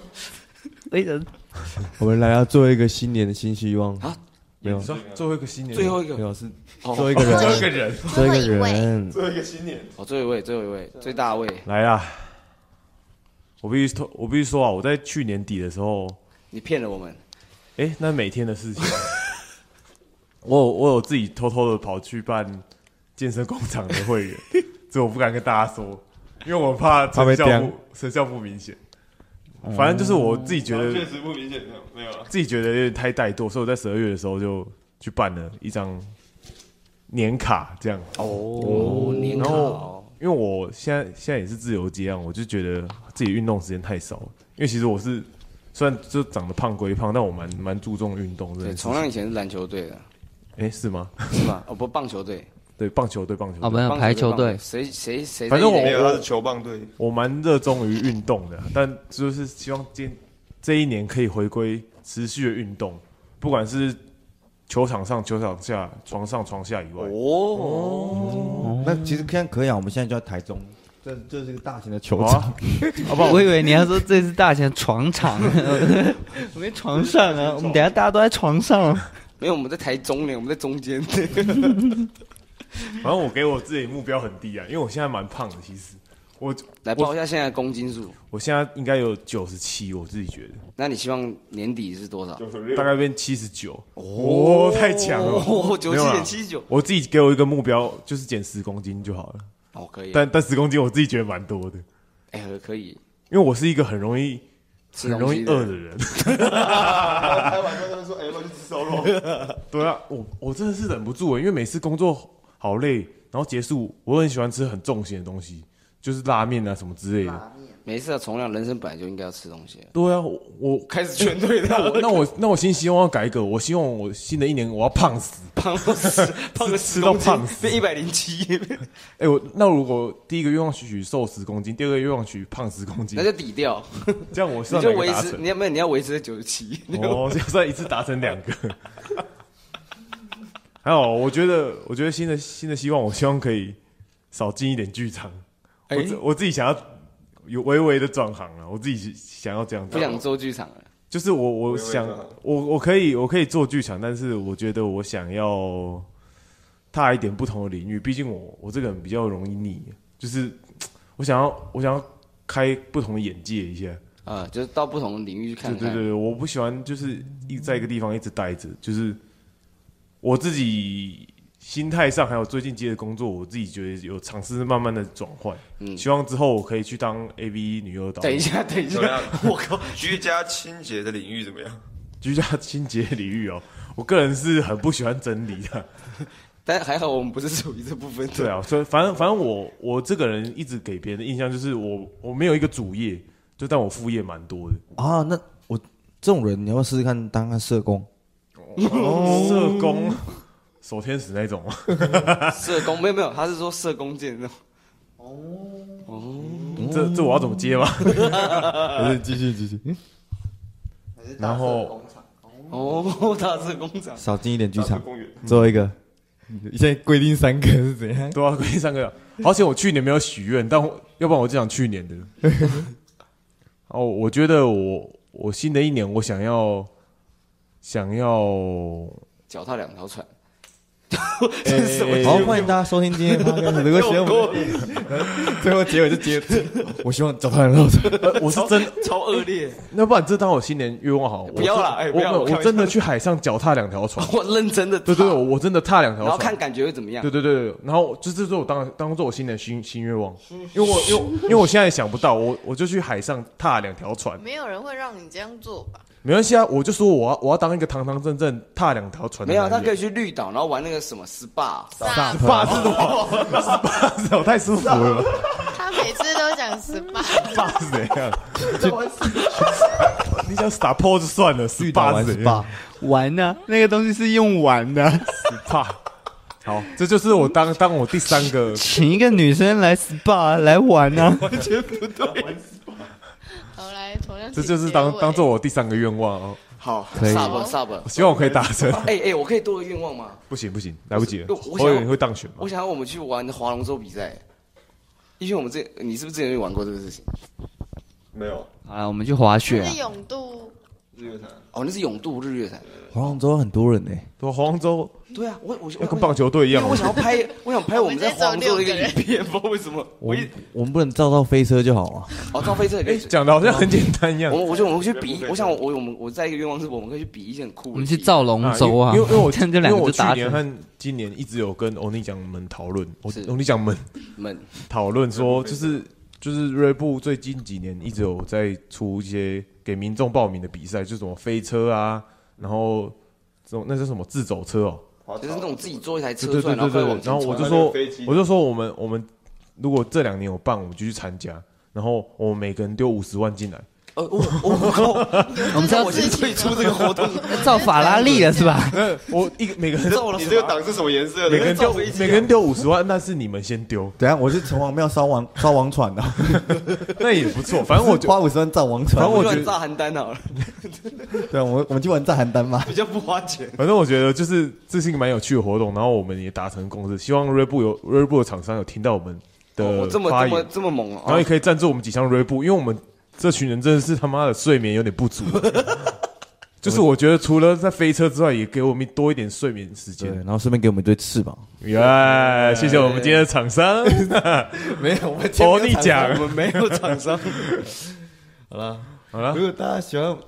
我们来要做一个新年的新希望啊！ 没有， 最后一个新年， 最后一个没有是做一个人，做一个新年， 最后一位，最大位来啦！我必须说啊，我在去年底的时候， 你骗了我们。 那每天的事情，我有自己偷偷的跑去办健身工厂的会员，这我不敢跟大家说，因为我怕成效不明显。反正就是我自己觉得， 确实不明显，没有了。 自己觉得有点太怠惰，所以我在12月的时候就去办了一张年卡，这样。 年卡。 因为我现在也是自由接案，我就觉得自己运动时间太少了。因为其实我是虽然就长得胖归胖，但我蛮注重运动。 对，重亮以前是篮球队的。 是吗？ 是吗？不，棒球队。 对，棒球队。 没有排球队。 谁？ 反正没有，他是球棒队。 我蛮热衷于运动的，但就是希望这一年可以回归持续的运动，不管是球场上、球场下、床上、床下以外。 那其实现在可以啊，我们现在就在台中，这是个大型的球场。 我以为你要说这是大型的床场，我们床上啊，我们等一下大家都在床上。 没有，我们在台中呢，我们在中间。 反正我给我自己目标很低啊，因为我现在蛮胖的，其实。我来报一下现在的公斤数。 我现在应该有97，我自己觉得。 那你希望年底是多少 ？96， 大概变79。太强了 ！97.79。 我自己给我一个目标，就是减10公斤就好了。 可以。 但10公斤我自己觉得蛮多的。 可以。 因为我是一个很容易饿的人。 开玩笑，他们说：“要不要去吃烧肉？” 对啊，我真的是忍不住，因为每次工作好累，然后结束，我很喜欢吃很重咸的东西，就是拉面啊什么之类的。 没事啊，从良人生本来就应该要吃东西。 对啊，我开始劝退他。 那我新希望要改革，我希望我新的一年我要胖死， 胖个吃到胖死， 变107。 那如果第一个愿望许瘦10公斤，第二个愿望许胖10公斤， 那就抵掉。 这样我你就维持，你要维持在97。 这样算一次达成2个。还有，我觉得新的希望，我希望可以少进一点剧场。我自己想要有微微的转行了，我自己想要这样子。 不想做剧场了。 就是我想我可以做剧场，但是我觉得我想要踏一点不同的领域。毕竟我这个人比较容易腻，就是我想要开不同的眼界一下。 就是到不同的领域去看看。 对，我不喜欢就是在一个地方一直待着，就是我自己心态上还有最近接的工作，我自己觉得有尝试慢慢的转换。希望之后我可以去当 AV 女优导演。 等一下，我靠！ 居家清洁的领域怎么样？ 居家清洁领域我个人是很不喜欢整理的。 但还好我们不是属于这部分。 对啊，所以反正我这个人一直给别人的印象就是我没有一个主业，但我副业蛮多的啊。那我这种人，你要不要试试看当社工？ 社工，守天使那种吗？ 社工没有，他是说社工界那种。 这我要怎么接吗？ 继续。 然后大社工厂， 少进一点剧场，最后一个。现在规定3个是怎样？ 对啊，规定3个。好险我去年没有许愿，但要不然我就想去年的。我觉得我我新的一年我想要脚踏2条船。 好，欢迎大家收听今天的 podcast。如果喜欢我们，最后结尾就结，我希望脚踏2条船。 我是真超恶劣。 那不然这当我新年愿望好。 不要啦，不要！ 我真的去海上脚踏2条船。 我认真的。 对，我真的踏2条船， 然后看感觉会怎么样？ 对，然后就是我当做我新年新愿望，因为我现在想不到，我就去海上踏2条船。 没有人会让你这样做吧？ 没关系啊，我就说我要当一个堂堂正正踏2条船的。 没有，他可以去绿岛，然后玩那个什么 SPA 是什么？SPA 是我太舒服了。 他每次都讲 SPA 是怎样？你讲 SPA 就算了，SPA 是怎样？ 玩呢？那个东西是用玩的。 SPA 好，这就是我当我第3个， 请一个女生来 SPA 来玩呢， 完全不对。 好，来，同样这就是当做我第3个愿望哦。 好， 可以 sub， 希望我可以达成。 我可以多个愿望吗？ 不行，来不及了。 我想你会当选吗？ 我想要我们去玩划龙舟比赛。因为我们你是不是之前有玩过这个事情？ 没有。 啊，我们去滑雪。 那是永渡日月潭。 哦，那是永渡日月潭。 划龙舟很多人呢。 对，划龙舟。 对啊，我要跟棒球队一样。 我想拍我们在划龙舟的一个影片，不知道为什么。 我们不能照飞车就好吗？ 哦，照飞车也可以。 讲的好像很简单一样。 我觉得我们去比，我想我在一个愿望是，我们可以去比一些很酷的。 我们去造龙舟啊！ 因为我看这2个就达成。 去年和今年一直有跟欧尼奖们讨论，欧尼奖们讨论说，就是锐步最近几年一直有在出一些给民众报名的比赛，就什么飞车啊，然后这种那是什么自走车哦。 就是那种自己坐一台车， 对，然后我就说我们如果这2年有办，我们就去参加，然后我们每个人丢50万进来。 我们知道我先退出这个活动， 造法拉利了是吧？ 每个人， 你这个档是什么颜色的？ 每个人丢50万，但是你们先丢。 等下我是城隍庙烧王船的， 那也不错。反正我花50万造王船， 反正我觉得炸邯郸好了。 对，我们去玩炸邯郸嘛， 比较不花钱。 反正我觉得就是这是一个蛮有趣的活动，然后我们也达成共识，希望锐步的厂商有听到我们的发言， 这么猛， 然后也可以赞助我们几箱锐步，因为我们这群人真的是他妈的睡眠有点不足。就是我觉得除了在飞车之外，也给我们多一点睡眠时间， 然后顺便给我们一堆翅膀。 谢谢我们今天的厂商。 没有，我们欧尼奖， 我们没有厂商。 好了， 如果大家喜欢，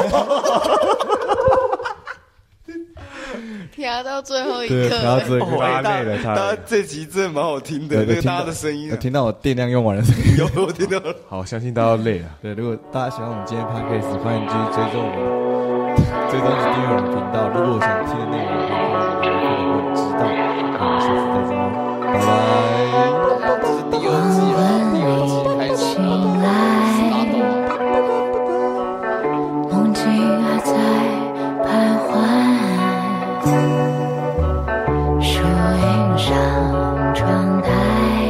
调到最后一刻， 调到最后一刻， 大家这集真的蛮好听的，那个大家的声音， 听到我电量用完的声音， 有我听到了。 好，相信大家累了。 对，如果大家喜欢我们今天 podcast， 欢迎继续追踪我们，追踪订阅我们频道。如果我想听的内容，可以让我知道。那我们下次再见喽，拜拜。 这是第2季了，第2季开始了， 梦境还在徘徊。树荫上窗台，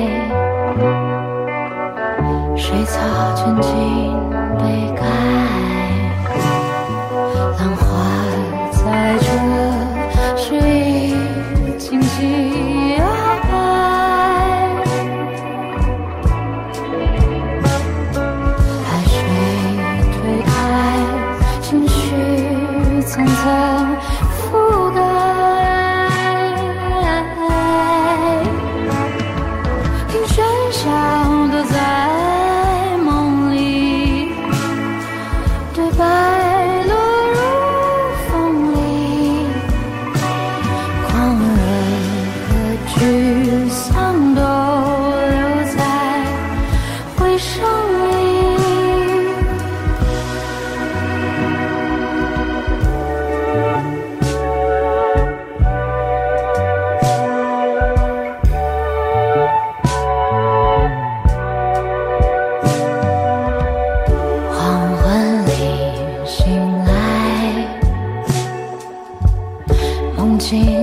水草卷进杯盖，浪花在这水轻轻摇摆，海水推开，情绪层层覆盖。心。